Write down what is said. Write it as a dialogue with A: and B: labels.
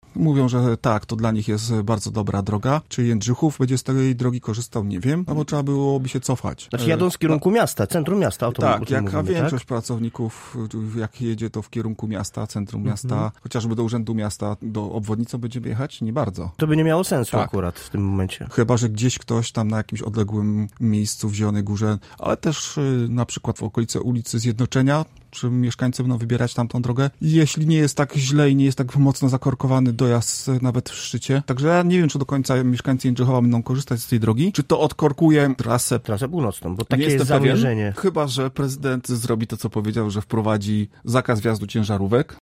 A: Mówią, że tak, to dla nich jest bardzo dobra droga. Czy Jędrzychów będzie z tej drogi korzystał, nie wiem, no bo trzeba byłoby się cofać.
B: Znaczy jadą z kierunku miasta, centrum miasta. O
A: tak, jak
B: mówimy,
A: większość pracowników, jak jedzie to w kierunku miasta, centrum miasta, chociażby do urzędu miasta, do obwodnicy będziemy jechać, nie bardzo.
B: To by nie miało sensu akurat w tym momencie.
A: Chyba że gdzieś ktoś tam na jakimś odległym miejscu w Zielonej Górze, ale też na przykład w okolicy ulicy Zjednoczenia, czy mieszkańcy będą wybierać tamtą drogę. Jeśli nie jest tak źle i nie jest tak mocno zakorkowany dojazd nawet w szczycie. Także ja nie wiem, czy do końca mieszkańcy Jędrzychowa będą korzystać z tej drogi. Czy to odkorkuje trasę
B: północną, bo takie jest zamierzenie.
A: Chyba że prezydent zrobi to, co powiedział, że wprowadzi zakaz wjazdu ciężarówek.